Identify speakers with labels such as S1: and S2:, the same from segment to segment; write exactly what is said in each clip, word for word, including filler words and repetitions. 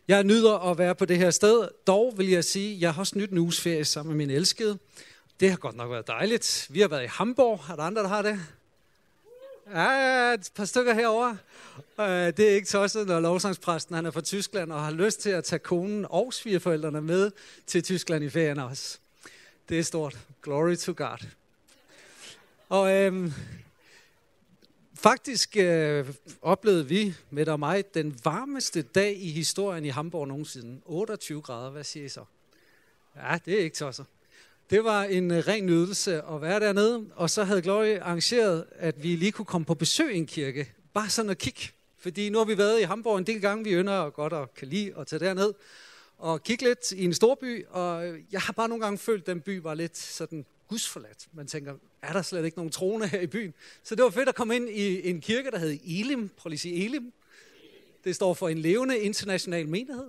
S1: Jeg nyder at være på det her sted. Dog vil jeg sige, at jeg har også nyt en uges ferie sammen med min elskede. Det har godt nok været dejligt. Vi har været i Hamburg. Er der andre, der har det? Ja, et par stykker herovre. Det er ikke tosset, når lovsangspræsten han er fra Tyskland og har lyst til at tage konen og svigerforældrene med til Tyskland i ferien også. Det er stort. Glory to God. Og øhm, faktisk øh, oplevede vi, med og mig, den varmeste dag i historien i Hamburg nogensinde. otteogtyve grader, hvad siger I så? Ja, det er ikke tosset. Det var en øh, ren nydelse at være dernede, og så havde Glory arrangeret, at vi lige kunne komme på besøg i en kirke. Bare sådan at kigge, fordi nu har vi været i Hamburg en del gange, vi ynder godt og kan lide at tage derned og kigge lidt i en storby, og jeg har bare nogle gange følt, at den by var lidt sådan gudsforladt. Man tænker, er der slet ikke nogen troende her i byen? Så det var fedt at komme ind i en kirke, der hed Elim. Prøv lige at sige Elim. Det står for en levende international menighed.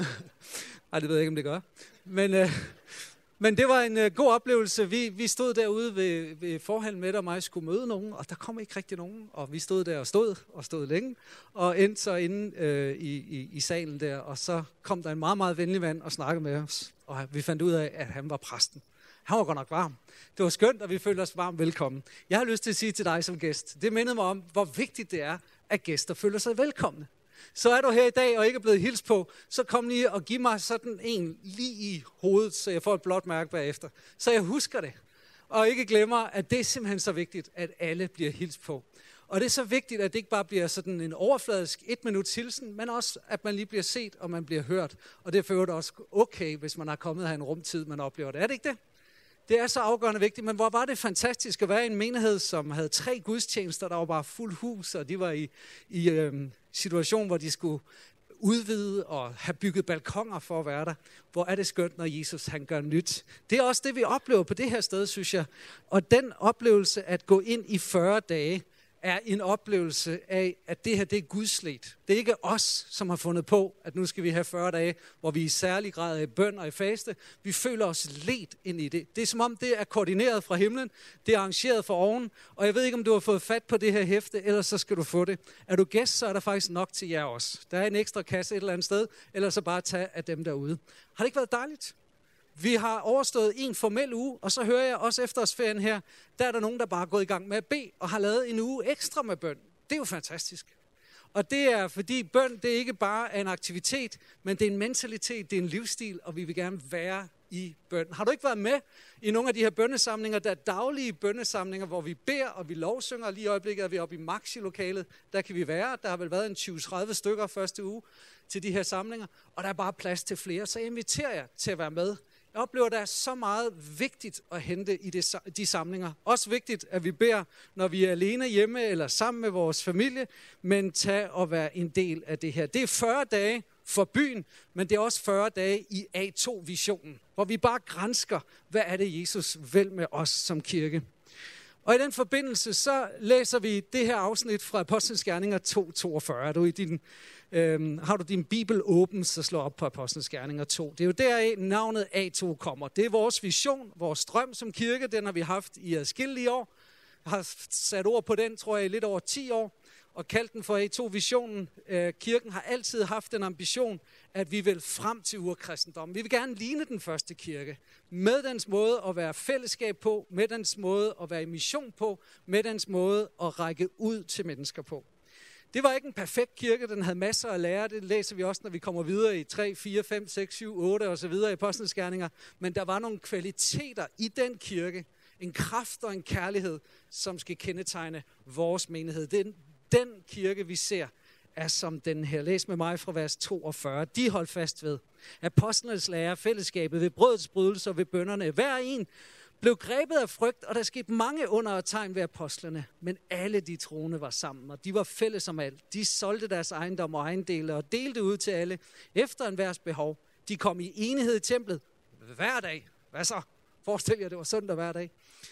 S1: Nej, det ved jeg ikke, om det gør. Men, øh, men det var en øh, god oplevelse. Vi, vi stod derude ved, ved forhallen med, og mig skulle møde nogen, og der kom ikke rigtig nogen. Og vi stod der og stod, og stod længe, og endte så inde øh, i, i, i salen der. Og så kom der en meget, meget venlig mand og snakkede med os. Og vi fandt ud af, at han var præsten. Han var godt nok varm. Det var skønt, og vi følte os varmt velkommen. Jeg har lyst til at sige til dig som gæst, det mindede mig om, hvor vigtigt det er, at gæster føler sig velkomne. Så er du her i dag og ikke er blevet hilst på, så kom lige og giv mig sådan en lige i hovedet, så jeg får et blåt mærke bagefter. Så jeg husker det, og ikke glemmer, at det er simpelthen så vigtigt, at alle bliver hilst på. Og det er så vigtigt, at det ikke bare bliver sådan en overfladisk et minuts hilsen, men også, at man lige bliver set, og man bliver hørt. Og det er for øvrigt også okay, hvis man har kommet her en rumtid, man oplever det. Er det ikke det? Det er så afgørende vigtigt, men hvor var det fantastisk at være i en menighed, som havde tre gudstjenester, der var bare fuld hus, og de var i, i øhm, situation, hvor de skulle udvide og have bygget balkoner for at være der. Hvor er det skønt, når Jesus han gør nyt. Det er også det, vi oplever på det her sted, synes jeg. Og den oplevelse at gå ind i fyrre dage, er en oplevelse af, at det her det er gudsledt. Det er ikke os, som har fundet på, at nu skal vi have fyrre dage, hvor vi i særlig grad er i bøn og i faste. Vi føler os ledt ind i det. Det er som om, det er koordineret fra himlen. Det er arrangeret fra oven. Og jeg ved ikke, om du har fået fat på det her hæfte, ellers så skal du få det. Er du gæst, så er der faktisk nok til jer også. Der er en ekstra kasse et eller andet sted, eller så bare tage af dem derude. Har det ikke været dejligt? Vi har overstået en formel uge, og så hører jeg også efterårsferien her, der er der nogen, der bare er gået i gang med at bede, og har lavet en uge ekstra med bøn. Det er jo fantastisk. Og det er, fordi bøn, det er ikke bare en aktivitet, men det er en mentalitet, det er en livsstil, og vi vil gerne være i bøn. Har du ikke været med i nogle af de her bønnesamlinger? Der er daglige bønnesamlinger, hvor vi beder, og vi lovsynger. Lige i øjeblikket er vi oppe i Maxi-lokalet. Der kan vi være. Der har vel været en tyve til tredive stykker første uge til de her samlinger, og der er bare plads til flere, så jeg inviterer jer til at være med. Jeg oplever, at der er så meget vigtigt at hente i det, de samlinger. Også vigtigt, at vi beder, når vi er alene hjemme eller sammen med vores familie, men tag og være en del af det her. Det er fyrre dage for byen, men det er også fyrre dage i A to visionen, hvor vi bare gransker, hvad er det, Jesus vil med os som kirke. Og i den forbindelse, så læser vi det her afsnit fra Apostlenes Gerninger to toogfyrre. Er du i din, øhm, har du din bibel åben, så slå op på Apostlenes Gerninger to. Det er jo deraf navnet A to kommer. Det er vores vision, vores drøm som kirke. Den har vi haft i adskillige år. Jeg har sat ord på den, tror jeg, i lidt over ti år. Og kaldt den for A to-visionen. Kirken har altid haft en ambition, at vi vil frem til urkristendommen. Vi vil gerne ligne den første kirke. Med dens måde at være fællesskab på, med dens måde at være i mission på, med dens måde at række ud til mennesker på. Det var ikke en perfekt kirke, den havde masser at lære. Det læser vi også, når vi kommer videre i tre, fire, fem, seks, syv, otte og så videre i Apostlenes Gerninger. Men der var nogle kvaliteter i den kirke, en kraft og en kærlighed, som skal kendetegne vores menighed. Den, den kirke, vi ser, er som den her. Læs med mig fra vers toogfyrre. De holdt fast ved apostlenes lære, fællesskabet ved brødets brydelser, ved bønnerne. Hver en blev grebet af frygt, og der skete mange under og tegn ved apostlene. Men alle de troende var sammen, og de var fælles om alt. De solgte deres ejendom og ejendele og delte ud til alle efter enhvers behov. De kom i enighed i templet hver dag. Hvad så? Forestil jer, det var søndag hver dag.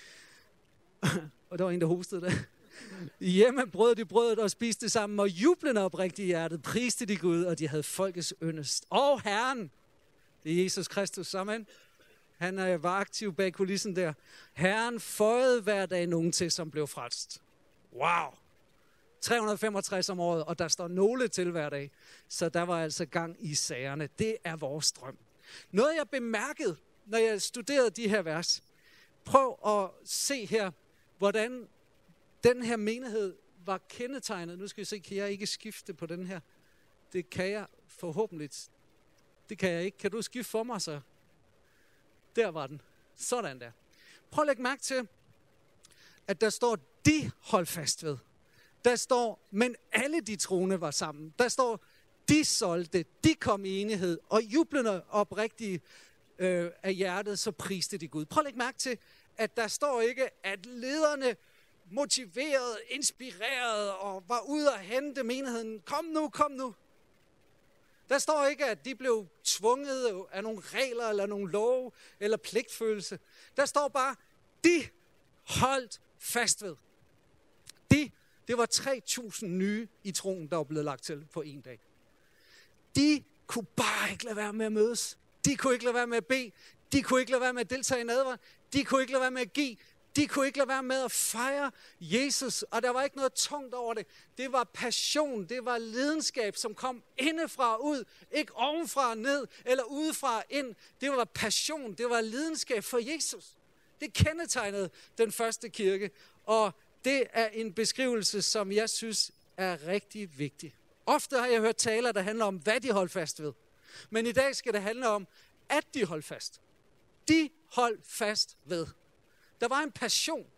S1: Og der var en, der hostede det. Hjemme brød de brødet og spiste sammen, og jublende oprigtigt i hjertet priste de Gud, og de havde folkets yndest. Og Herren, det er Jesus Kristus, sammen. Han var aktiv bag kulissen der. Herren føjede hver dag nogen til, som blev frelst. Wow! tre hundrede og femogtres om året, og der står nogle til hver dag. Så der var altså gang i sagerne. Det er vores drøm. Noget jeg bemærkede, når jeg studerede de her vers. Prøv at se her, hvordan den her menighed var kendetegnet. Nu skal vi se, kan jeg ikke skifte på den her? Det kan jeg forhåbentlig. Det kan jeg ikke. Kan du skifte for mig så? Der var den. Sådan der. Prøv at lægge mærke til, at der står, de hold fast ved. Der står, men alle de troende var sammen. Der står, de solgte, de kom i enighed, og jublende oprigtige øh, af hjertet, så priste de Gud. Prøv at lægge mærke til, at der står ikke, at lederne motiveret, inspireret og var ude at hente menigheden. Kom nu, kom nu. Der står ikke, at de blev tvunget af nogle regler, eller nogle love, eller pligtfølelse. Der står bare, de holdt fast ved. De, det var tre tusind nye i troen, der var blevet lagt til på en dag. De kunne bare ikke lade være med at mødes. De kunne ikke lade være med at bede. De kunne ikke lade være med at deltage i nadver. De kunne ikke lade være med at give. De kunne ikke lade være med at fejre Jesus, og der var ikke noget tungt over det. Det var passion, det var lidenskab, som kom indefra og ud, ikke ovenfra og ned, eller udefra og ind. Det var passion, det var lidenskab for Jesus. Det kendetegnede den første kirke, og det er en beskrivelse, som jeg synes er rigtig vigtig. Ofte har jeg hørt taler, der handler om, hvad de holdt fast ved. Men i dag skal det handle om, at de holdt fast. De holdt fast ved. Der var en passion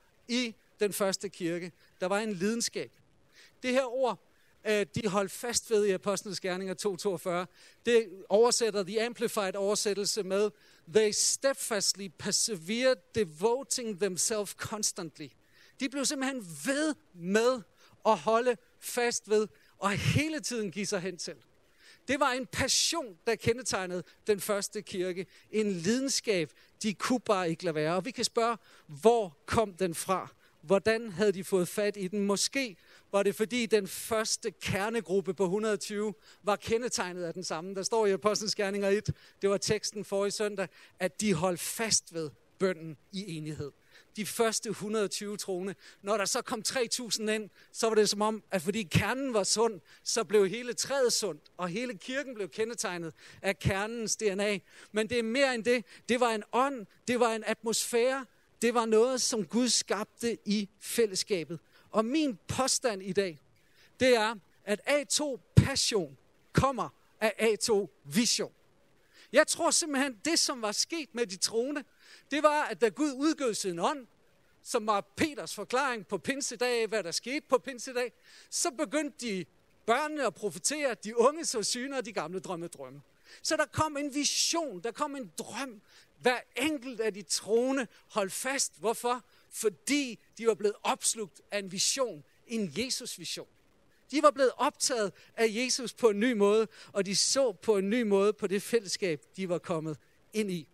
S1: i den første kirke. Der var en lidenskab. Det her ord, de holdt fast ved i Apostlenes Gerninger to toogfyrre, det oversætter The Amplified oversættelse med, they steadfastly persevered, devoting themselves constantly. De blev simpelthen ved med at holde fast ved, og hele tiden give sig hen til. Det var en passion, der kendetegnede den første kirke. En lidenskab, de kunne bare ikke lade være. Og vi kan spørge, hvor kom den fra? Hvordan havde de fået fat i den? Måske var det, fordi den første kernegruppe på et hundrede og tyve var kendetegnet af den samme. Der står i Apostlenes Gerninger et, det var teksten forrige søndag, at de holdt fast ved bønnen i enighed. De første et hundrede og tyve troende. Når der så kom tre tusind ind, så var det som om, at fordi kernen var sund, så blev hele træet sundt, og hele kirken blev kendetegnet af kernens D N A. Men det er mere end det. Det var en ånd, det var en atmosfære, det var noget, som Gud skabte i fællesskabet. Og min påstand i dag, det er, at A to passion kommer af A to vision. Jeg tror simpelthen, det som var sket med de troende, det var, at da Gud udgød sin ånd, som var Peters forklaring på pinsedag, hvad der skete på pinsedag, så begyndte de børnene at profetere, de unge så syner, og de gamle drømme drømme. Så der kom en vision, der kom en drøm. Hver enkelt af de troende holdt fast. Hvorfor? Fordi de var blevet opslugt af en vision, en Jesus-vision. De var blevet optaget af Jesus på en ny måde, og de så på en ny måde på det fællesskab, de var kommet ind i.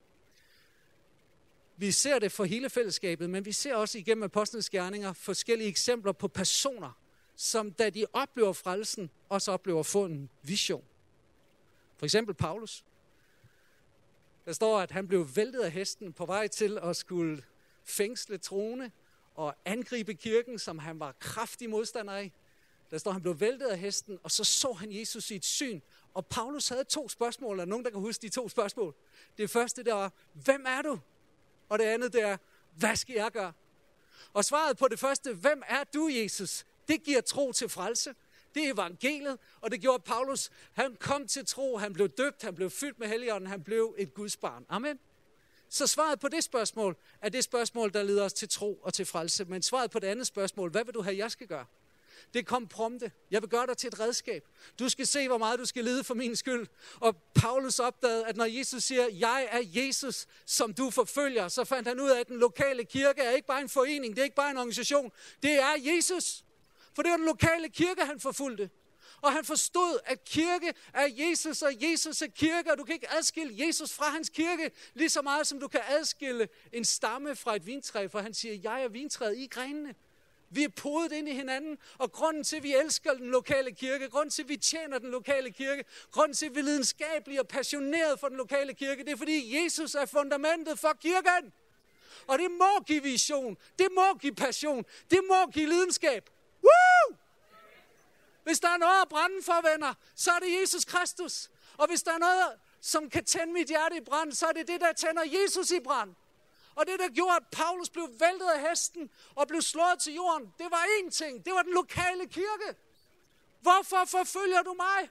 S1: Vi ser det for hele fællesskabet, men vi ser også igennem Apostlenes Gerninger forskellige eksempler på personer, som da de oplever frelsen, også oplever at få en vision. For eksempel Paulus. Der står, at han blev væltet af hesten på vej til at skulle fængsle troende og angribe kirken, som han var kraftig modstander af. Der står, at han blev væltet af hesten, og så så han Jesus i et syn. Og Paulus havde to spørgsmål, og nogen, der kan huske de to spørgsmål. Det første, der var, hvem er du? Og det andet, det er, hvad skal jeg gøre? Og svaret på det første, hvem er du, Jesus? Det giver tro til frelse. Det er evangeliet, og det gjorde Paulus. Han kom til tro, han blev døbt, han blev fyldt med Helligånden, han blev et Guds barn. Amen. Så svaret på det spørgsmål er det spørgsmål, der leder os til tro og til frelse. Men svaret på det andet spørgsmål, hvad vil du have, jeg skal gøre? Det kom prompte. Jeg vil gøre dig til et redskab. Du skal se, hvor meget du skal lide for min skyld. Og Paulus opdagede, at når Jesus siger, jeg er Jesus, som du forfølger, så fandt han ud af, at den lokale kirke er ikke bare en forening, det er ikke bare en organisation. Det er Jesus. For det var den lokale kirke, han forfulgte. Og han forstod, at kirke er Jesus, og Jesus er kirke, og du kan ikke adskille Jesus fra hans kirke, lige så meget som du kan adskille en stamme fra et vintræ, for han siger, jeg er vintræet i grenene. Vi er podet ind i hinanden, og grunden til, at vi elsker den lokale kirke, grunden til, at vi tjener den lokale kirke, grunden til, at vi er lidenskabelige og passionerede for den lokale kirke, det er, fordi Jesus er fundamentet for kirken. Og det må give vision, det må give passion, det må give lidenskab. Woo! Hvis der er noget at brænde for, venner, så er det Jesus Kristus. Og hvis der er noget, som kan tænde mit hjerte i brand, så er det det, der tænder Jesus i brand. Og det, der gjorde, at Paulus blev væltet af hesten og blev slået til jorden, det var én ting. Det var den lokale kirke. Hvorfor forfølger du mig?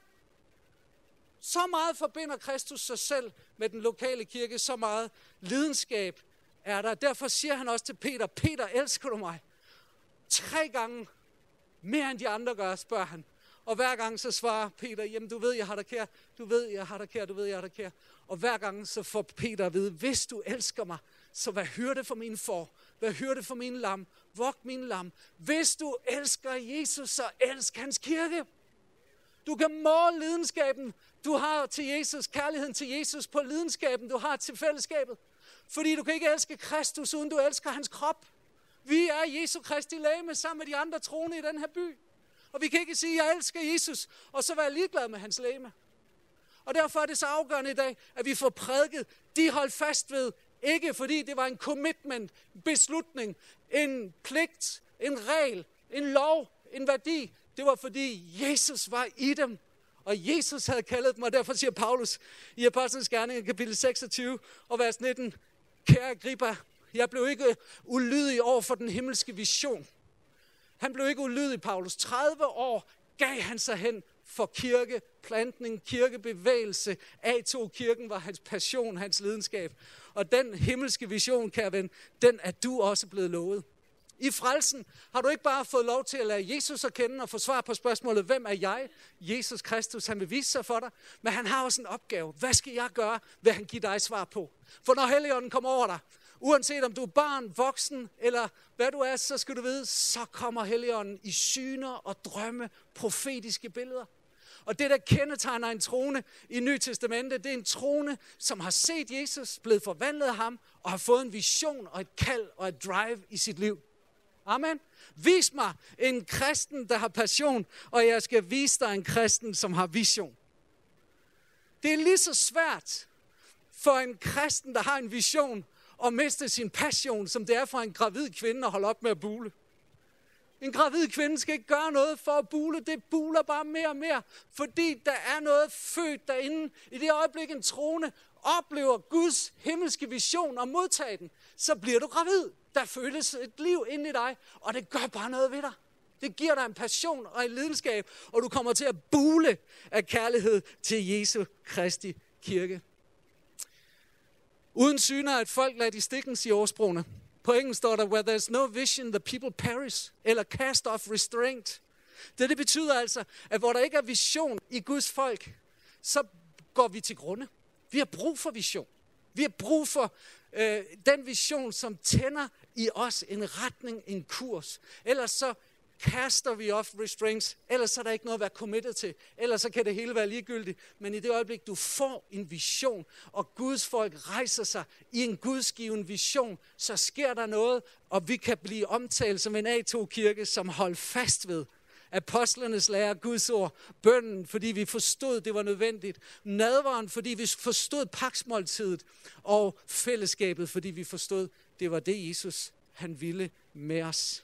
S1: Så meget forbinder Kristus sig selv med den lokale kirke. Så meget lidenskab er der. Derfor siger han også til Peter, Peter, elsker du mig? Tre gange mere end de andre gør, spørger han. Og hver gang så svarer Peter, jamen du ved, jeg har dig kær. Du ved, jeg har dig kær. Du ved, jeg har dig kær. Og hver gang så får Peter at vide, hvis du elsker mig, så hvad hørte for mine får? Hvad hørte for mine lam? Vogt mine lam. Hvis du elsker Jesus, så elsk hans kirke. Du kan måle lidenskaben, du har til Jesus, kærligheden til Jesus på lidenskaben, du har til fællesskabet. Fordi du kan ikke elske Kristus, uden du elsker hans krop. Vi er Jesu Kristi legeme sammen med de andre troende i den her by. Og vi kan ikke sige, at jeg elsker Jesus, og så være ligeglad med hans legeme. Og derfor er det så afgørende i dag, at vi får prædiket, de holdt fast ved, ikke fordi det var en commitment, beslutning, en pligt, en regel, en lov, en værdi. Det var fordi Jesus var i dem, og Jesus havde kaldet dem, og derfor siger Paulus i Apostlenes Gerninger, kapitel seksogtyve og vers nitten, kære Agrippa, jeg blev ikke ulydig over for den himmelske vision. Han blev ikke ulydig, Paulus. tredive år gav han sig hen for kirkeplantning, kirkebevægelse. A to kirken var hans passion, hans lidenskab. Og den himmelske vision, kære ven, den er du også blevet lovet. I frelsen har du ikke bare fået lov til at lade Jesus at kende og få svar på spørgsmålet, hvem er jeg? Jesus Kristus, han vil vise sig for dig, men han har også en opgave. Hvad skal jeg gøre, vil han give dig svar på? For når Helligånden kommer over dig, uanset om du er barn, voksen eller hvad du er, så skal du vide, så kommer Helligånden i syner og drømme, profetiske billeder. Og det, der kendetegner en trone i Nye Testamente, det er en trone, som har set Jesus, blevet forvandlet af ham, og har fået en vision og et kald og et drive i sit liv. Amen. Vis mig en kristen, der har passion, og jeg skal vise dig en kristen, som har vision. Det er lige så svært for en kristen, der har en vision, at miste sin passion, som det er for en gravid kvinde at holde op med at bule. En gravid kvinde skal ikke gøre noget for at bule, det buler bare mere og mere, fordi der er noget født derinde. I det øjeblik, en trone oplever Guds himmelske vision og modtager den, så bliver du gravid. Der føles et liv inde i dig, og det gør bare noget ved dig. Det giver dig en passion og en lidenskab, og du kommer til at bule af kærlighed til Jesu Kristi kirke. Uden syner er et folk ladt i stikken, siger ordsprogene. På engelsk står der, where there's no vision, the people perish, eller cast off restraint. Det, det betyder altså, at hvor der ikke er vision i Guds folk, så går vi til grunde. Vi har brug for vision. Vi har brug for øh, den vision, som tænder i os en retning, en kurs. Ellers så kaster vi off restraints, ellers er der ikke noget at være committed til. Ellers så kan det hele være ligegyldigt. Men i det øjeblik, du får en vision, og Guds folk rejser sig i en gudsgiven vision, så sker der noget, og vi kan blive omtalt som en A to kirke, som holdt fast ved apostlenes lære, Guds ord, bønnen, fordi vi forstod, det var nødvendigt, nadveren, fordi vi forstod paksmåltidet, og fællesskabet, fordi vi forstod, det var det Jesus, han ville med os.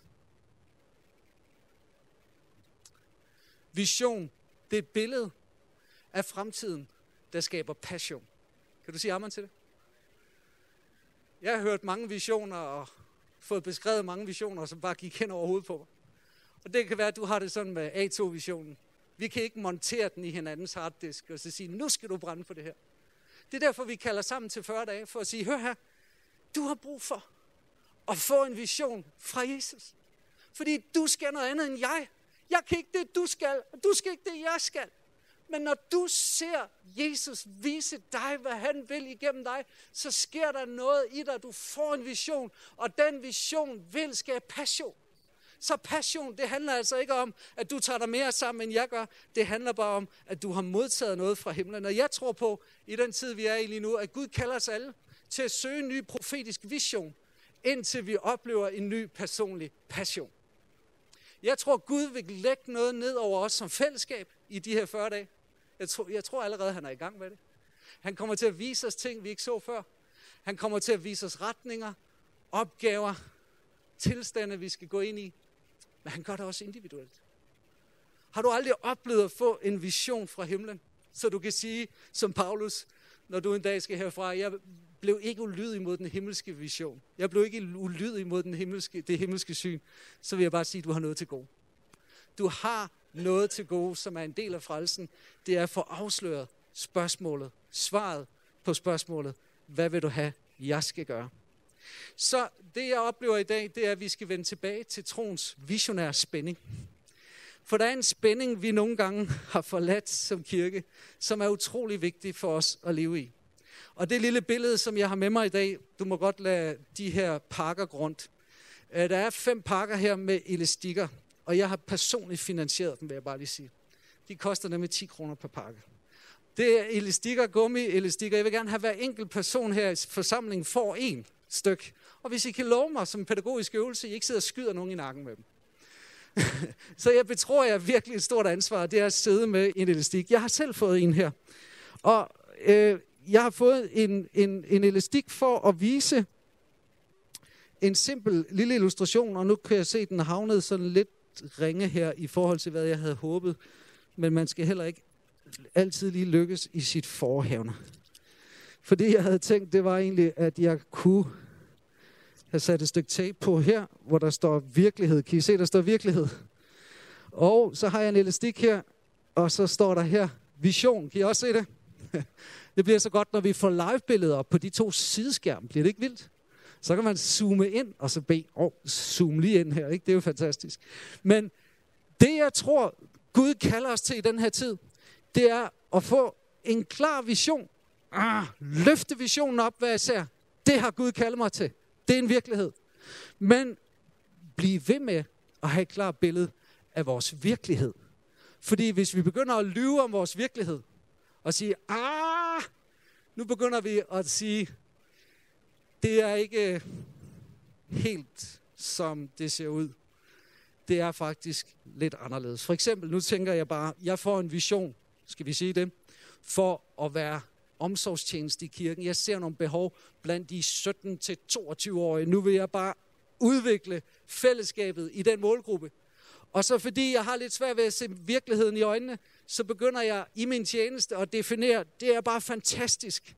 S1: Vision, det er et billede af fremtiden, der skaber passion. Kan du sige amen til det? Jeg har hørt mange visioner og fået beskrevet mange visioner, som bare gik hen over hovedet på mig. Og det kan være, at du har det sådan med A to visionen. Vi kan ikke montere den i hinandens harddisk og så sige, nu skal du brænde for det her. Det er derfor, vi kalder sammen til fyrre dage, for at sige, hør her, du har brug for at få en vision fra Jesus. Fordi du skal noget andet end jeg. Jeg kan ikke det, du skal, og du skal ikke det, jeg skal. Men når du ser Jesus vise dig, hvad han vil igennem dig, så sker der noget i dig. Du får en vision, og den vision vil skabe passion. Så passion, det handler altså ikke om, at du tager dig mere sammen, end jeg gør. Det handler bare om, at du har modtaget noget fra himlen. Og jeg tror på, i den tid, vi er i lige nu, at Gud kalder os alle til at søge en ny profetisk vision, indtil vi oplever en ny personlig passion. Jeg tror, Gud vil lægge noget ned over os som fællesskab i de her fyrre dage. Jeg tror, jeg tror allerede, han er i gang med det. Han kommer til at vise os ting, vi ikke så før. Han kommer til at vise os retninger, opgaver, tilstande, vi skal gå ind i. men han gør det også individuelt. Har du aldrig oplevet at få en vision fra himlen, så du kan sige, som Paulus, når du en dag skal herfra, jeg blev ikke ulydig mod den himmelske vision. Jeg blev ikke ulydig mod den himmelske, det himmelske syn. Så vil jeg bare sige, at du har noget til gode. Du har noget til gode, som er en del af frelsen. Det er at få afsløret spørgsmålet, svaret på spørgsmålet. Hvad vil du have, jeg skal gøre? Så det, jeg oplever i dag, det er, at vi skal vende tilbage til troens visionære spænding. For der er en spænding, vi nogle gange har forladt som kirke, som er utrolig vigtig for os at leve i. Og det lille billede, som jeg har med mig i dag, du må godt lade de her pakker rundt. Der er fem pakker her med elastikker, og jeg har personligt finansieret dem, vil jeg bare lige sige. De koster nemlig ti kroner per pakke. Det er elastikker, gummi-elastikker. Jeg vil gerne have, hver enkelt person her i forsamlingen får en styk. Og hvis I kan love mig som pædagogisk øvelse, I ikke sidder og skyder nogen i nakken med dem. Så jeg betror jer virkelig et stort ansvar, det er at sidde med en elastik. Jeg har selv fået en her. Og øh, jeg har fået en, en, en elastik for at vise en simpel lille illustration, og nu kan jeg se, at den havnede sådan lidt ringe her i forhold til, hvad jeg havde håbet. Men man skal heller ikke altid lige lykkes i sit forehavne. For det, jeg havde tænkt, det var egentlig, at jeg kunne have sat et stykke tape på her, hvor der står virkelighed. Kan I se, der står virkelighed? Og så har jeg en elastik her, og så står der her vision. Kan I også se det? Det bliver så godt, når vi får live-billeder på de to sideskærme. Bliver det ikke vildt? Så kan man zoome ind, og så bede, åh, oh, zoom lige ind her. Ikke? Det er jo fantastisk. Men det, jeg tror, Gud kalder os til i den her tid, det er at få en klar vision. Ah, løfte visionen op, hvad jeg ser. Det har Gud kaldet mig til. Det er en virkelighed. Men bliv ved med at have et klart billede af vores virkelighed. Fordi hvis vi begynder at lyve om vores virkelighed, og sige, ah, nu begynder vi at sige, det er ikke helt som det ser ud. Det er faktisk lidt anderledes. For eksempel, nu tænker jeg bare, jeg får en vision, skal vi sige det, for at være omsorgstjeneste i kirken. Jeg ser nogle behov blandt de sytten til toogtyve-årige. Nu vil jeg bare udvikle fællesskabet i den målgruppe. Og så fordi jeg har lidt svært ved at se virkeligheden i øjnene, så begynder jeg i min tjeneste at definere, det er bare fantastisk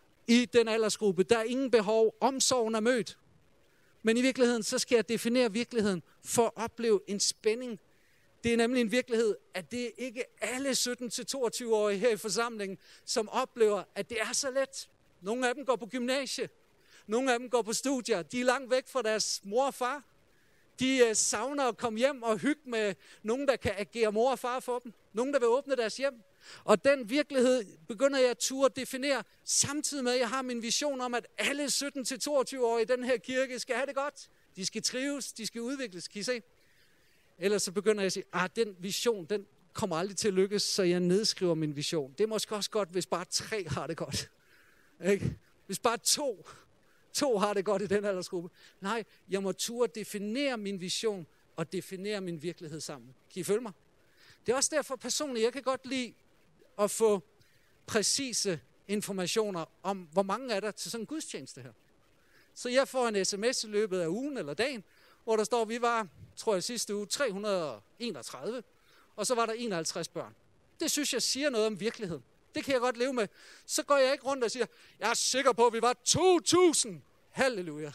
S1: i den aldersgruppe. Der er ingen behov, omsorgen er mødt. Men i virkeligheden, så skal jeg definere virkeligheden for at opleve en spænding. Det er nemlig en virkelighed, at det ikke er alle sytten til toogtyve-årige her i forsamlingen, som oplever, at det er så let. Nogle af dem går på gymnasie. Nogle af dem går på studier. De er langt væk fra deres mor og far. De savner at komme hjem og hygge med nogen, der kan agere mor og far for dem. Nogen, der vil åbne deres hjem. Og den virkelighed begynder jeg at turde definere, samtidig med, at jeg har min vision om, at alle sytten til toogtyve-årige i den her kirke skal have det godt. De skal trives, de skal udvikles. Kan I se? Ellers så begynder jeg at sige, at den vision, den kommer aldrig til at lykkes, så jeg nedskriver min vision. Det er måske også godt, hvis bare tre har det godt. Ikke? Hvis bare to, to har det godt i den aldersgruppe. Nej, jeg må turde definere min vision og definere min virkelighed sammen. Kan I følge mig? Det er også derfor personligt, jeg kan godt lide at få præcise informationer om, hvor mange er der til sådan en gudstjeneste her. Så jeg får en sms i løbet af ugen eller dagen, hvor der står, at vi var, tror jeg sidste uge, tre hundrede og enogtredive, og så var der enoghalvtreds børn. Det synes jeg siger noget om virkeligheden. Det kan jeg godt leve med. Så går jeg ikke rundt og siger, jeg er sikker på, at vi var to tusind. Halleluja.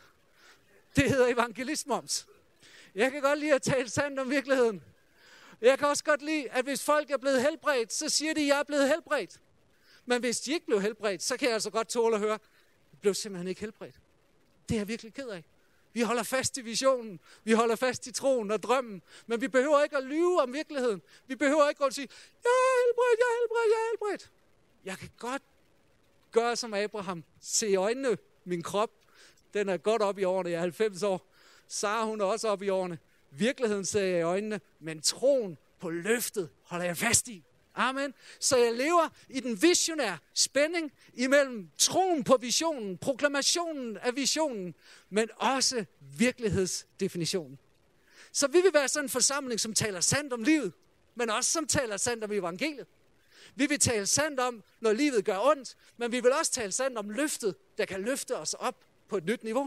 S1: Det hedder evangelistmoms. Jeg kan godt lide at tale sandt om virkeligheden. Jeg kan også godt lide, at hvis folk er blevet helbredt, så siger de, at jeg er blevet helbredt. Men hvis de ikke blev helbredt, så kan jeg altså godt tåle at høre, jeg blev simpelthen ikke helbredt. Det er jeg virkelig ked af. Vi holder fast i visionen. Vi holder fast i troen og drømmen. Men vi behøver ikke at lyve om virkeligheden. Vi behøver ikke at sige, jeg er helbredt, jeg er helbredt, jeg er helbredt. Jeg kan godt gøre som Abraham. Se i øjnene, min krop, den er godt op i årene. Jeg er halvfems år. Sara, hun er også op i årene. Virkeligheden ser jeg i øjnene, men troen på løftet holder jeg fast i. Amen. Så jeg lever i den visionære spænding imellem troen på visionen, proklamationen af visionen, men også virkelighedsdefinitionen. Så vi vil være sådan en forsamling, som taler sandt om livet, men også som taler sandt om evangeliet. Vi vil tale sandt om, når livet gør ondt, men vi vil også tale sandt om løftet, der kan løfte os op på et nyt niveau.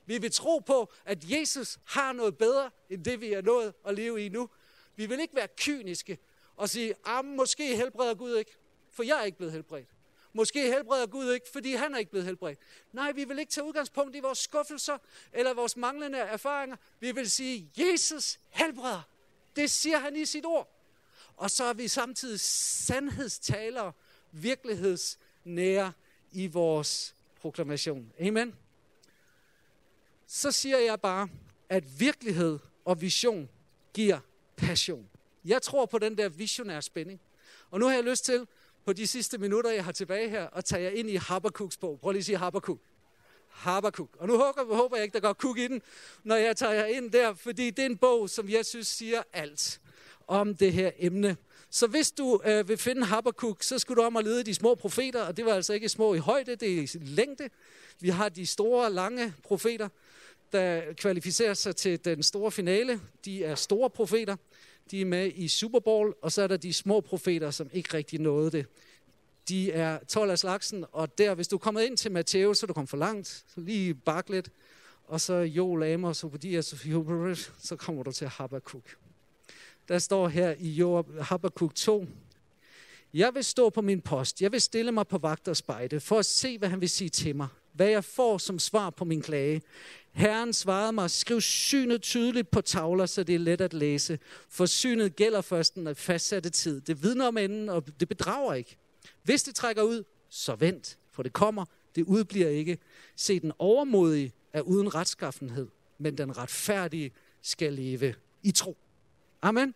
S1: Vi vil tro på, at Jesus har noget bedre, end det vi er nået at leve i nu. Vi vil ikke være kyniske og sige, ah, måske helbreder Gud ikke, for jeg er ikke blevet helbredt. Måske helbreder Gud ikke, fordi han er ikke blevet helbredt. Nej, vi vil ikke tage udgangspunkt i vores skuffelser eller vores manglende erfaringer. Vi vil sige, Jesus helbreder. Det siger han i sit ord. Og så er vi samtidig sandhedstalere, virkelighedsnære i vores proklamation. Amen. Så siger jeg bare, at virkelighed og vision giver passion. Jeg tror på den der visionære spænding. Og nu har jeg lyst til, på de sidste minutter, jeg har tilbage her, at tage jer ind i Habakuks bog. Prøv lige at sige Habakuk. Habakuk. Og nu håber, håber jeg ikke, der går kuk i den, når jeg tager jer ind der, fordi det er en bog, som jeg synes siger alt om det her emne. Så hvis du øh, vil finde Habakuk, så skulle du om at lede de små profeter, og det var altså ikke små i højde, det er i længde. Vi har de store, lange profeter, der kvalificerer sig til den store finale. De er store profeter. De er med i Super Bowl, og så er der de små profeter, som ikke rigtig nåede det. De er tolv af slagsen, og der, hvis du er kommet ind til Matthæus, så er du kommet for langt, så lige bak lidt, og så Joel, Amos, Obadiah, så kommer du til Habakuk. Der står her i Habakuk to, jeg vil stå på min post, jeg vil stille mig på vagt og spejde, for at se, hvad han vil sige til mig, hvad jeg får som svar på min klage. Herren svarede mig, skriv synet tydeligt på tavler, så det er let at læse. For synet gælder først den fastsatte tid. Det vidner om enden, og det bedrager ikke. Hvis det trækker ud, så vent, for det kommer. Det udbliver ikke. Se, den overmodige er uden retskaffenhed, men den retfærdige skal leve i tro. Amen.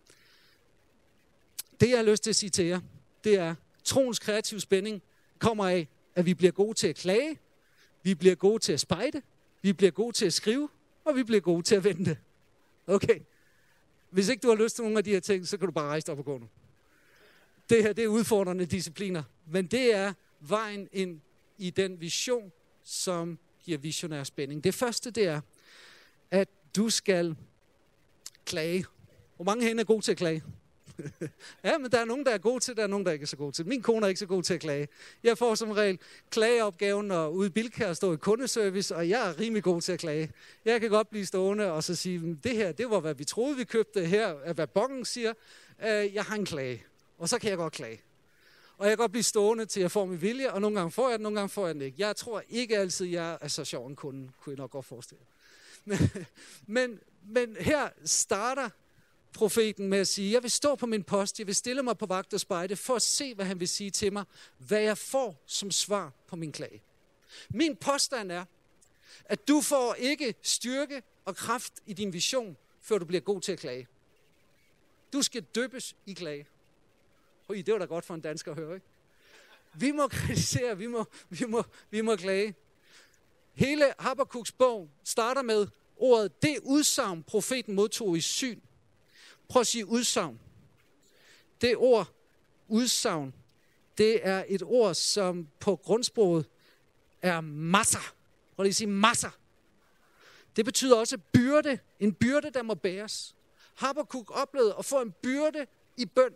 S1: Det, jeg har lyst til at sige til jer, det er, troens kreative spænding kommer af, at vi bliver gode til at klage, vi bliver gode til at spejde, vi bliver gode til at skrive, og vi bliver gode til at vente. Okay. Hvis ikke du har lyst til nogle af de her ting, så kan du bare rejse dig op og gå nu. Det her, det er udfordrende discipliner, men det er vejen ind i den vision, som giver visionær spænding. Det første, det er, at du skal klage. Hvor mange herinde er gode til at klage? Ja, men der er nogen, der er gode til, der er nogen, der ikke er så gode til. Min kone er ikke så god til at klage. Jeg får som regel klageopgaven og ude i Bilka og stå i kundeservice, og jeg er rimelig god til at klage. Jeg kan godt blive stående og så sige, det her, det var, hvad vi troede, vi købte her, hvad bongen siger. Jeg har en klage, og så kan jeg godt klage. Og jeg kan godt blive stående til, jeg får min vilje, og nogle gange får jeg den, nogle gange får jeg den ikke. Jeg tror ikke altid, jeg er så sjov en kunde, kunne jeg nok godt forestille. Men, men, men her starter profeten med at sige, jeg vil stå på min post, jeg vil stille mig på vagt og spejde, for at se, hvad han vil sige til mig, hvad jeg får som svar på min klage. Min påstand er, at du får ikke styrke og kraft i din vision, før du bliver god til at klage. Du skal døbes i klage. Ui, det var da godt for en dansker at høre, ikke? Vi må kritisere, vi må, vi må, vi må klage. Hele Habakuks bog starter med ordet, det udsagn, profeten modtog i syn. Prøv at sige udsagn. Det ord, udsagn, det er et ord, som på grundsproget er masser. Prøv lige at sige masser. Det betyder også byrde. En byrde, der må bæres. Habakuk oplevede at få en byrde i bøn.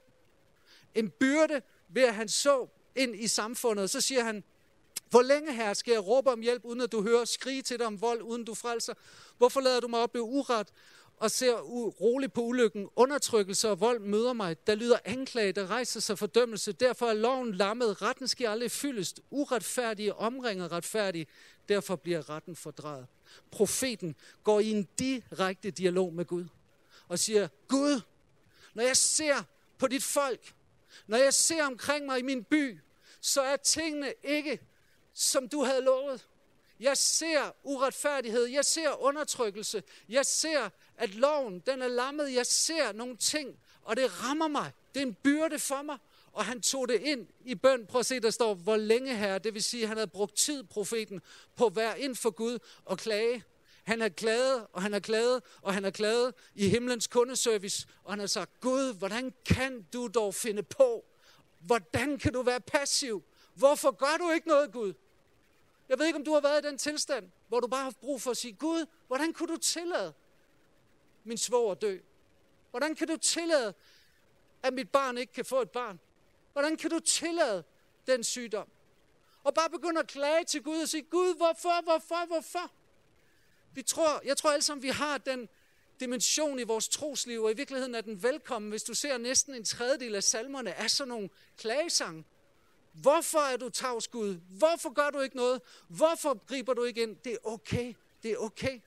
S1: En byrde ved, at han så ind i samfundet. Så siger han, hvor længe her skal jeg råbe om hjælp, uden at du hører, skrige til dig om vold, uden du frelser? Hvorfor lader du mig opleve uret og ser roligt på ulykken? Undertrykkelse og vold møder mig. Der lyder anklage, der rejser sig fordømmelse. Derfor er loven lammet. Retten skal aldrig fyldest. Uretfærdige omringer retfærdige. Derfor bliver retten fordrejet. Profeten går i en direkte dialog med Gud og siger, Gud, når jeg ser på dit folk, når jeg ser omkring mig i min by, så er tingene ikke, som du havde lovet. Jeg ser uretfærdighed, jeg ser undertrykkelse, jeg ser, at loven den er lammet, jeg ser nogle ting, og det rammer mig. Det er en byrde for mig, og han tog det ind i bøn. Prøv at se, der står, hvor længe her, det vil sige, at han havde brugt tid, profeten, på at være ind for Gud og klage. Han har klaget, og han har klaget, og han har klaget i himlens kundeservice, og han har sagt, Gud, hvordan kan du dog finde på? Hvordan kan du være passiv? Hvorfor gør du ikke noget, Gud? Jeg ved ikke, om du har været i den tilstand, hvor du bare har haft brug for at sige, Gud, hvordan kunne du tillade min svoger at dø? Hvordan kan du tillade, at mit barn ikke kan få et barn? Hvordan kan du tillade den sygdom? Og bare begynde at klage til Gud og sige, Gud, hvorfor, hvorfor, hvorfor? Vi tror, jeg tror alle sammen, vi har den dimension i vores trosliv, og i virkeligheden er den velkommen, hvis du ser næsten en tredjedel af salmerne, er sådan nogle klagesange. Hvorfor er du tavs, Gud? Hvorfor gør du ikke noget? Hvorfor griber du ikke ind? Det er okay, det er okay.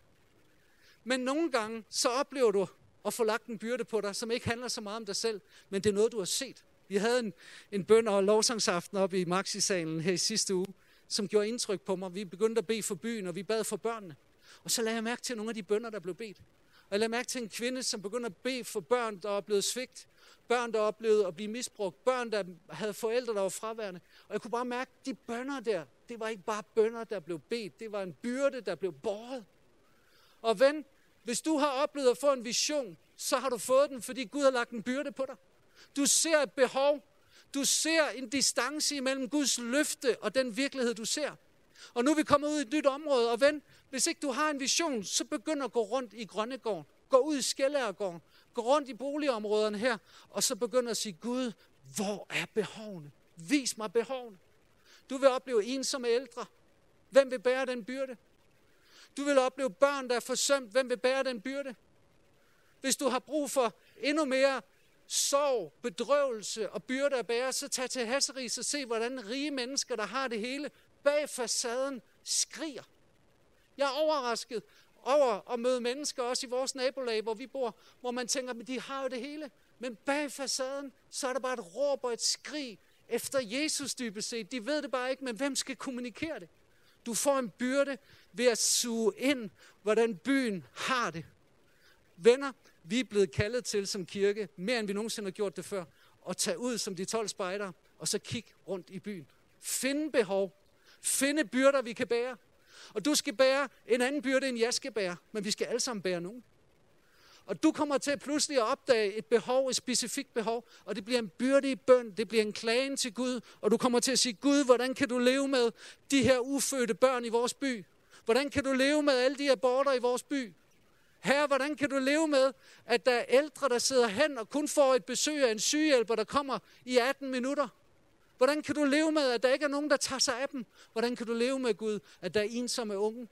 S1: Men nogle gange, så oplever du at få lagt en byrde på dig, som ikke handler så meget om dig selv, men det er noget, du har set. Vi havde en, en bøn og lovsangsaften oppe i Maxi-salen her i sidste uge, som gjorde indtryk på mig. Vi begyndte at bede for byen, og vi bad for børnene. Og så lagde jeg mærke til nogle af de bønner, der blev bedt. Og jeg lagde mærke til en kvinde, som begyndte at bede for børn, der oplevede svigt. Børn, der oplevede at blive misbrugt. Børn, der havde forældre, der var fraværende. Og jeg kunne bare mærke, at de bønner der, det var ikke bare bønner, der blev bedt. Det var en byrde, der blev båret. Og ven, hvis du har oplevet at få en vision, så har du fået den, fordi Gud har lagt en byrde på dig. Du ser et behov. Du ser en distance imellem Guds løfte og den virkelighed, du ser. Og nu er vi kommet ud i et nyt område, og ven, hvis ikke du har en vision, så begynd at gå rundt i Grønnegården. Gå ud i Skelærgården. Gå rundt i boligområderne her, og så begynd at sige, Gud, hvor er behovene? Vis mig behovene. Du vil opleve ensomme ældre. Hvem vil bære den byrde? Du vil opleve børn, der er forsømt. Hvem vil bære den byrde? Hvis du har brug for endnu mere sorg, bedrøvelse og byrde at bære, så tag til Hasseris og se, hvordan rige mennesker, der har det hele, bag facaden skriger. Jeg er overrasket over at møde mennesker, også i vores nabolag, hvor vi bor, hvor man tænker, at de har jo det hele. Men bag facaden, så er der bare et råb og et skrig efter Jesus dybest set. De ved det bare ikke, men hvem skal kommunikere det? Du får en byrde ved at suge ind, hvordan byen har det. Venner, vi er blevet kaldet til som kirke, mere end vi nogensinde har gjort det før, at tage ud som de tolv spejdere, og så kigge rundt i byen. Finde behov. Finde byrder, vi kan bære. Og du skal bære en anden byrde, end jeg skal bære, men vi skal alle sammen bære nogen. Og du kommer til pludselig at opdage et behov, et specifikt behov, og det bliver en byrde i bøn, det bliver en klagen til Gud, og du kommer til at sige, Gud, hvordan kan du leve med de her ufødte børn i vores by? Hvordan kan du leve med alle de aborter i vores by? Herre, hvordan kan du leve med, at der er ældre, der sidder hen og kun får et besøg af en sygehjælper, der kommer i atten minutter? Hvordan kan du leve med, at der ikke er nogen, der tager sig af dem? Hvordan kan du leve med, Gud, at der er ensomme unge?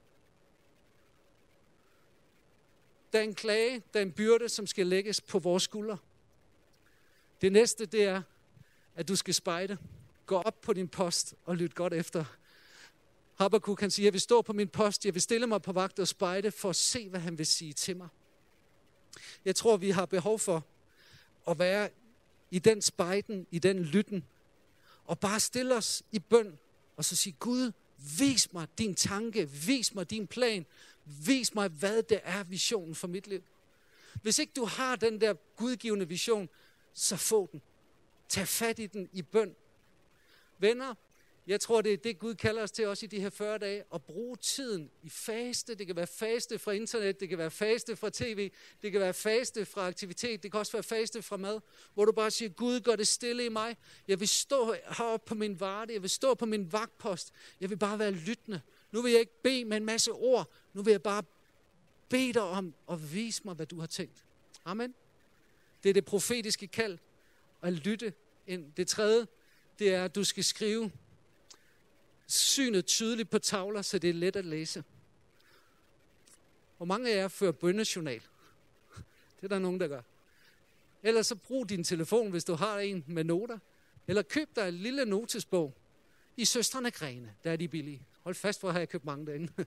S1: Der er en klage, der er en byrde, som skal lægges på vores skuldre. Det næste, det er, at du skal spejde. Gå op på din post og lyt godt efter. Habakuk kan sige, jeg vil stå på min post, jeg vil stille mig på vagt og spejde for at se, hvad han vil sige til mig. Jeg tror, vi har behov for at være i den spejden, i den lytten, og bare stille os i bøn, og så sige, Gud, vis mig din tanke, vis mig din plan, vis mig, hvad det er visionen for mit liv. Hvis ikke du har den der gudgivende vision, så få den. Tag fat i den i bøn. Venner, jeg tror, det er det, Gud kalder os til også i de her fyrre dage, at bruge tiden i faste. Det kan være faste fra internet, det kan være faste fra tv, det kan være faste fra aktivitet, det kan også være faste fra mad, hvor du bare siger, Gud, gør det stille i mig. Jeg vil stå heroppe på min varde, jeg vil stå på min vagtpost, jeg vil bare være lyttende. Nu vil jeg ikke bede med en masse ord, nu vil jeg bare bede dig om at vise mig, hvad du har tænkt. Amen. Det er det profetiske kald, at lytte ind. Det tredje, det er, at du skal skrive synet tydeligt på tavler, så det er let at læse. Hvor mange af jer fører bønnejournal? Det er der nogen, der gør. Ellers så brug din telefon, hvis du har en med noter. Eller køb dig en lille notesbog. I Søstrene Grene, der er de billige. Hold fast, for at have købt mange derinde.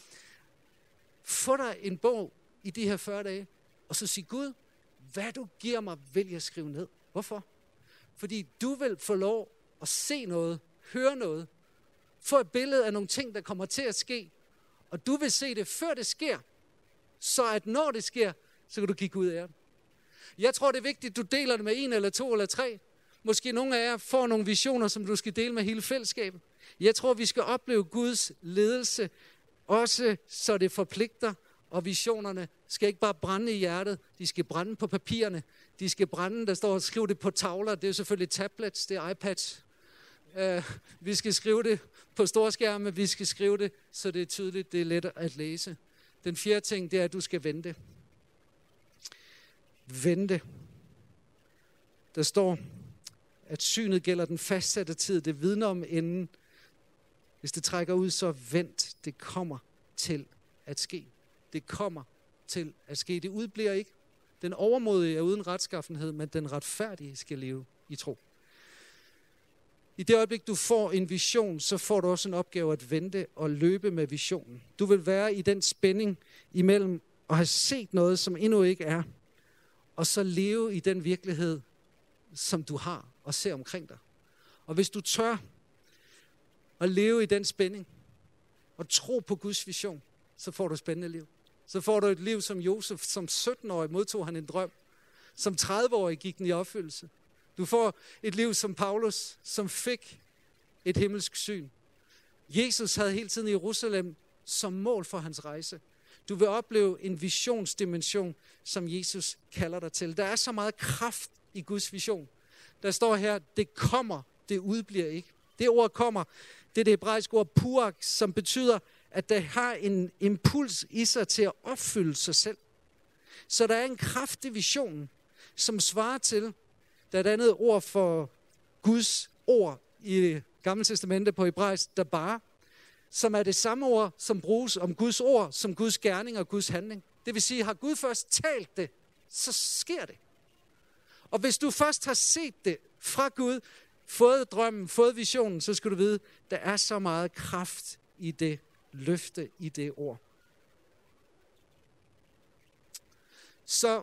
S1: Få dig en bog i de her fyrre dage, og så sig, Gud, hvad du giver mig, vil jeg skrive ned. Hvorfor? Fordi du vil få lov at se noget, høre noget, få et billede af nogle ting, der kommer til at ske, og du vil se det, før det sker, så at når det sker, så kan du kigge ud af det. Jeg tror, det er vigtigt, at du deler det med en eller to eller tre. Måske nogle af jer får nogle visioner, som du skal dele med hele fællesskabet. Jeg tror, vi skal opleve Guds ledelse, også så det forpligter, og visionerne skal ikke bare brænde i hjertet, de skal brænde på papirerne, de skal brænde, der står og skrive det på tavler, det er selvfølgelig tablets, det er iPads. Uh, vi skal skrive det på storskærme, vi skal skrive det, så det er tydeligt, det er let at læse. Den fjerde ting, det er, at du skal vente. Vente. Der står, at synet gælder den fastsatte tid, det vidner om enden. Hvis det trækker ud, så vent, det kommer til at ske. det kommer til at ske. Det udbliver ikke. Den overmodige er uden retskaffenhed, men den retfærdige skal leve i tro. I det øjeblik, du får en vision, så får du også en opgave at vente og løbe med visionen. Du vil være i den spænding imellem at have set noget, som endnu ikke er, og så leve i den virkelighed, som du har og ser omkring dig. Og hvis du tør at leve i den spænding og tro på Guds vision, så får du et spændende liv. Så får du et liv som Josef. Som sytten-årig modtog han en drøm. Som tredive-årig gik den i opfyldelse. Du får et liv som Paulus, som fik et himmelsk syn. Jesus havde hele tiden Jerusalem som mål for hans rejse. Du vil opleve en visionsdimension, som Jesus kalder dig til. Der er så meget kraft i Guds vision. Der står her, det kommer, det udbliver ikke. Det ord kommer, det er det hebraiske ord puak, som betyder, at der har en impuls i sig til at opfylde sig selv. Så der er en kraft i visionen, som svarer til, der er et andet ord for Guds ord i Gamle Testamente på hebraisk, dabar, som er det samme ord, som bruges om Guds ord, som Guds gerning og Guds handling. Det vil sige, har Gud først talt det, så sker det. Og hvis du først har set det fra Gud, fået drømmen, fået visionen, så skal du vide, der er så meget kraft i det løfte, i det ord. Så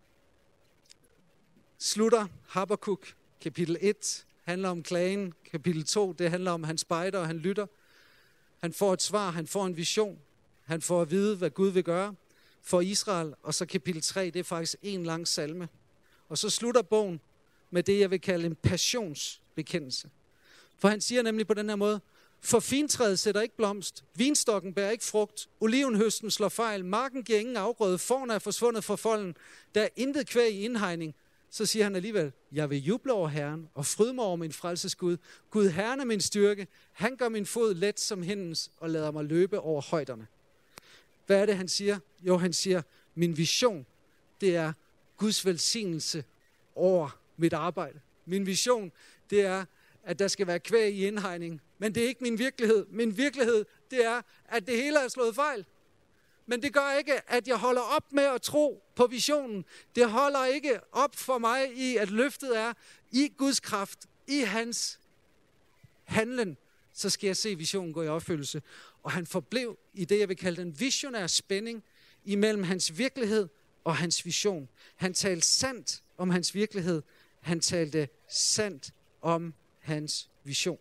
S1: slutter Habakuk. Kapitel et handler om klagen. Kapitel to, det handler om, han spejder og han lytter. Han får et svar, han får en vision. Han får at vide, hvad Gud vil gøre for Israel. Og så kapitel tre, det er faktisk en lang salme. Og så slutter bogen med det, jeg vil kalde en passionsbekendelse. For han siger nemlig på den her måde, for fintræet sætter ikke blomst, vinstokken bærer ikke frugt, olivenhøsten slår fejl, marken giver ingen afgrøde, fårene er forsvundet fra folden, der er intet kvæg i indhegning. Så siger han alligevel, jeg vil juble over Herren og fryde mig over min frelsesgud. Gud Herren er min styrke, han gør min fod let som hindens og lader mig løbe over højderne. Hvad er det, han siger? Jo, han siger, min vision, det er Guds velsignelse over mit arbejde. Min vision, det er, at der skal være kvæg i indhegning. Men det er ikke min virkelighed. Min virkelighed, det er, at det hele er slået fejl. Men det gør ikke, at jeg holder op med at tro på visionen. Det holder ikke op for mig i, at løftet er i Guds kraft, i hans handlen, så skal jeg se visionen gå i opfyldelse. Og han forblev i det, jeg vil kalde den visionære spænding imellem hans virkelighed og hans vision. Han talte sandt om hans virkelighed. Han talte sandt om hans vision.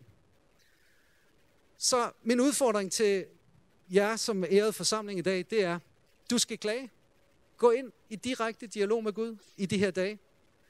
S1: Så min udfordring til jer som æret forsamling i dag, det er, du skal klage. Gå ind i direkte dialog med Gud i de her dage.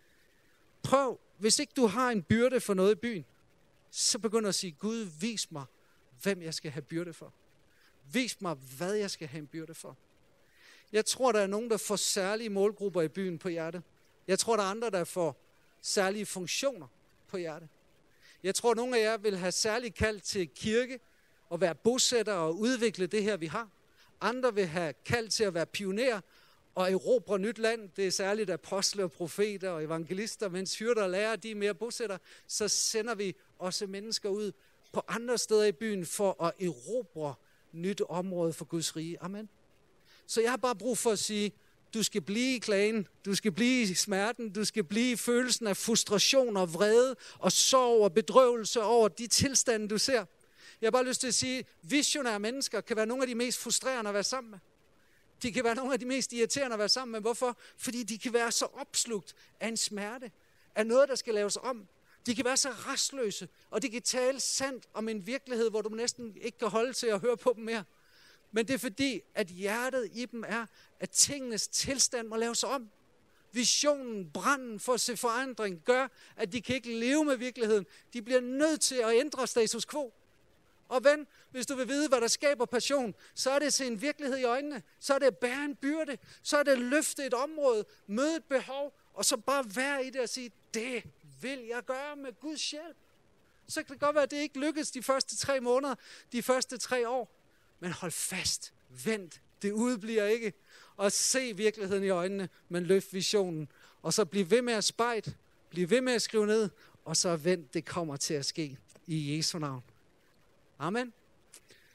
S1: Prøv, hvis ikke du har en byrde for noget i byen, så begynd at sige, Gud, vis mig, hvem jeg skal have byrde for. Vis mig, hvad jeg skal have en byrde for. Jeg tror, der er nogen, der får særlige målgrupper i byen på hjertet. Jeg tror, der er andre, der får særlige funktioner på hjertet. Jeg tror, nogle af jer vil have særlig kald til kirke og være bosætter og udvikle det her, vi har. Andre vil have kald til at være pionerer og erobre nyt land. Det er særligt apostle og profeter og evangelister, mens hyrder og lærere, de er mere bosætter. Så sender vi også mennesker ud på andre steder i byen for at erobre nyt område for Guds rige. Amen. Så jeg har bare brug for at sige, du skal blive i klagen, du skal blive i smerten, du skal blive i følelsen af frustration og vrede og sorg og bedrøvelse over de tilstande, du ser. Jeg har bare lyst til at sige, visionære mennesker kan være nogle af de mest frustrerende at være sammen med. De kan være nogle af de mest irriterende at være sammen med. Hvorfor? Fordi de kan være så opslugt af en smerte, af noget, der skal laves om. De kan være så restløse, og de kan tale sandt om en virkelighed, hvor du næsten ikke kan holde til at høre på dem mere. Men det er fordi, at hjertet i dem er, at tingenes tilstand må laves om. Visionen, branden for at se forandring, gør, at de kan ikke leve med virkeligheden. De bliver nødt til at ændre status quo. Og ven, hvis du vil vide, hvad der skaber passion, så er det at se en virkelighed i øjnene. Så er det at bære en byrde. Så er det at løfte et område, møde et behov, og så bare være i det og sige, det vil jeg gøre med Guds hjælp. Så kan det godt være, at det ikke lykkes de første tre måneder, de første tre år. Men hold fast, vent, det udbliver ikke. Og se virkeligheden i øjnene, men løft visionen. Og så bliv ved med at spejde, bliv ved med at skrive ned, og så vent, det kommer til at ske i Jesu navn. Amen.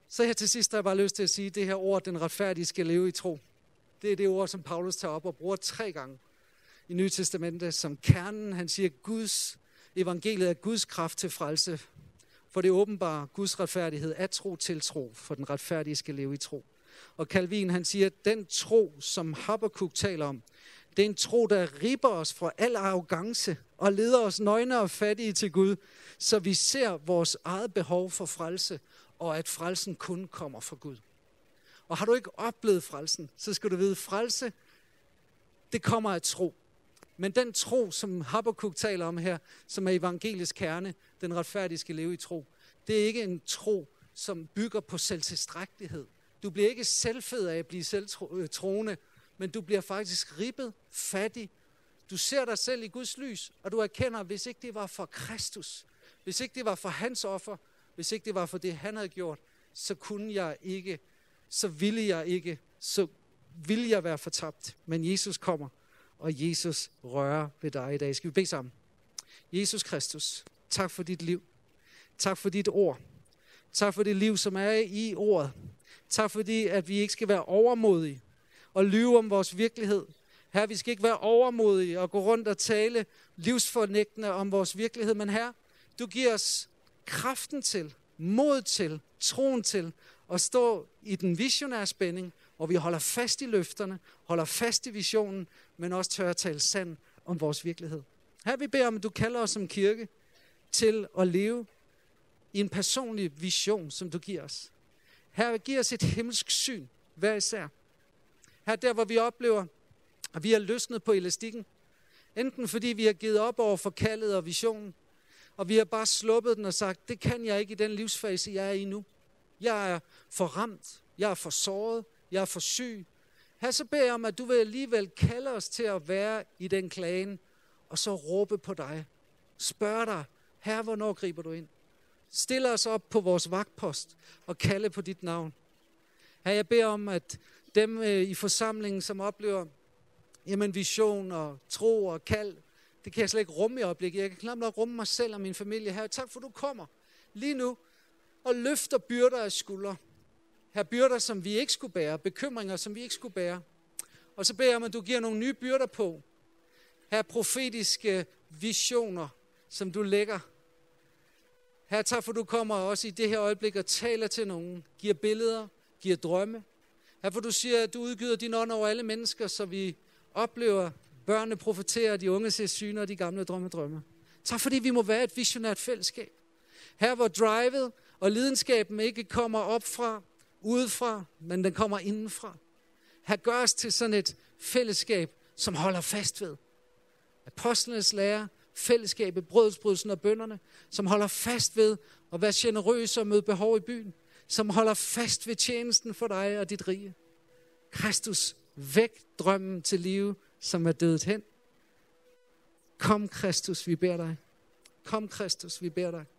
S1: Så her til sidst har jeg bare lyst til at sige, at det her ord, den retfærdige, skal leve i tro. Det er det ord, som Paulus tager op og bruger tre gange i Nye Testamente som kernen. Han siger, at Guds evangeliet er Guds kraft til frelse. For det åbenbare Guds retfærdighed er tro til tro, for den retfærdige skal leve i tro. Og Calvin, han siger, at den tro, som Habakuk taler om, det er en tro, der ribber os fra al arrogance og leder os nøgne og fattige til Gud, så vi ser vores eget behov for frelse, og at frelsen kun kommer fra Gud. Og har du ikke oplevet frelsen, så skal du vide, at frelse, det kommer af tro. Men den tro, som Habakuk taler om her, som er evangelisk kerne, den retfærdige skal leve i tro, det er ikke en tro, som bygger på selvtilstrækkelighed. Du bliver ikke selvfed af at blive selvtroende, men du bliver faktisk ribbet, fattig. Du ser dig selv i Guds lys, og du erkender, hvis ikke det var for Kristus, hvis ikke det var for hans offer, hvis ikke det var for det, han havde gjort, så kunne jeg ikke, så ville jeg ikke, så ville jeg være fortabt. Men Jesus kommer, og Jesus rører ved dig i dag. Skal vi bede sammen? Jesus Kristus, tak for dit liv. Tak for dit ord. Tak for det liv, som er i ordet. Tak fordi, at vi ikke skal være overmodige og lyve om vores virkelighed. Her, vi skal ikke være overmodige og gå rundt og tale livsfornægtende om vores virkelighed. Men her, du giver os kraften til, mod til, troen til at stå i den visionære spænding, hvor vi holder fast i løfterne, holder fast i visionen, men også tør at tale sand om vores virkelighed. Her vi beder om, at du kalder os som kirke til at leve i en personlig vision, som du giver os. Her giver os et himmelsk syn, hver især. Her der, hvor vi oplever, at vi har løsnet på elastikken. Enten fordi vi har givet op over for kaldet og visionen, og vi har bare sluppet den og sagt, det kan jeg ikke i den livsfase, jeg er i nu. Jeg er for ramt, jeg er for såret, jeg er for syg. Her så beder jeg om, at du vil alligevel kalde os til at være i den klagen, og så råbe på dig. Spørg dig, Herre, hvornår griber du ind? Stiller os op på vores vagtpost og kalde på dit navn. Herre, jeg beder om, at dem i forsamlingen, som oplever jamen, vision og tro og kald, det kan jeg slet ikke rumme i øjeblikket. Jeg kan knap nok rumme mig selv og min familie. Herre, tak for, du kommer lige nu og løfter byrder af skuldre. Her byrder, som vi ikke skulle bære, bekymringer, som vi ikke skulle bære. Og så beder jeg om, at du giver nogle nye byrder på. Her profetiske visioner, som du lægger. Her tak for, du kommer også i det her øjeblik og taler til nogen, giver billeder, giver drømme. Her for du siger, at du udgyder din ånd over alle mennesker, så vi oplever børnene profeterer, de unge ser syner, og de gamle drømme drømme. Tak fordi vi må være et visionært fællesskab. Her hvor drivet og lidenskaben ikke kommer op fra, udefra, men den kommer indenfra. Her gør os til sådan et fællesskab, som holder fast ved apostlenes lære, fællesskabet, brødsbrydelsen og bønnerne, som holder fast ved at være generøse og møde behov i byen, som holder fast ved tjenesten for dig og dit rige. Kristus, væk drømmen til live, som er dødet hen. Kom Kristus, vi beder dig. Kom Kristus, vi beder dig.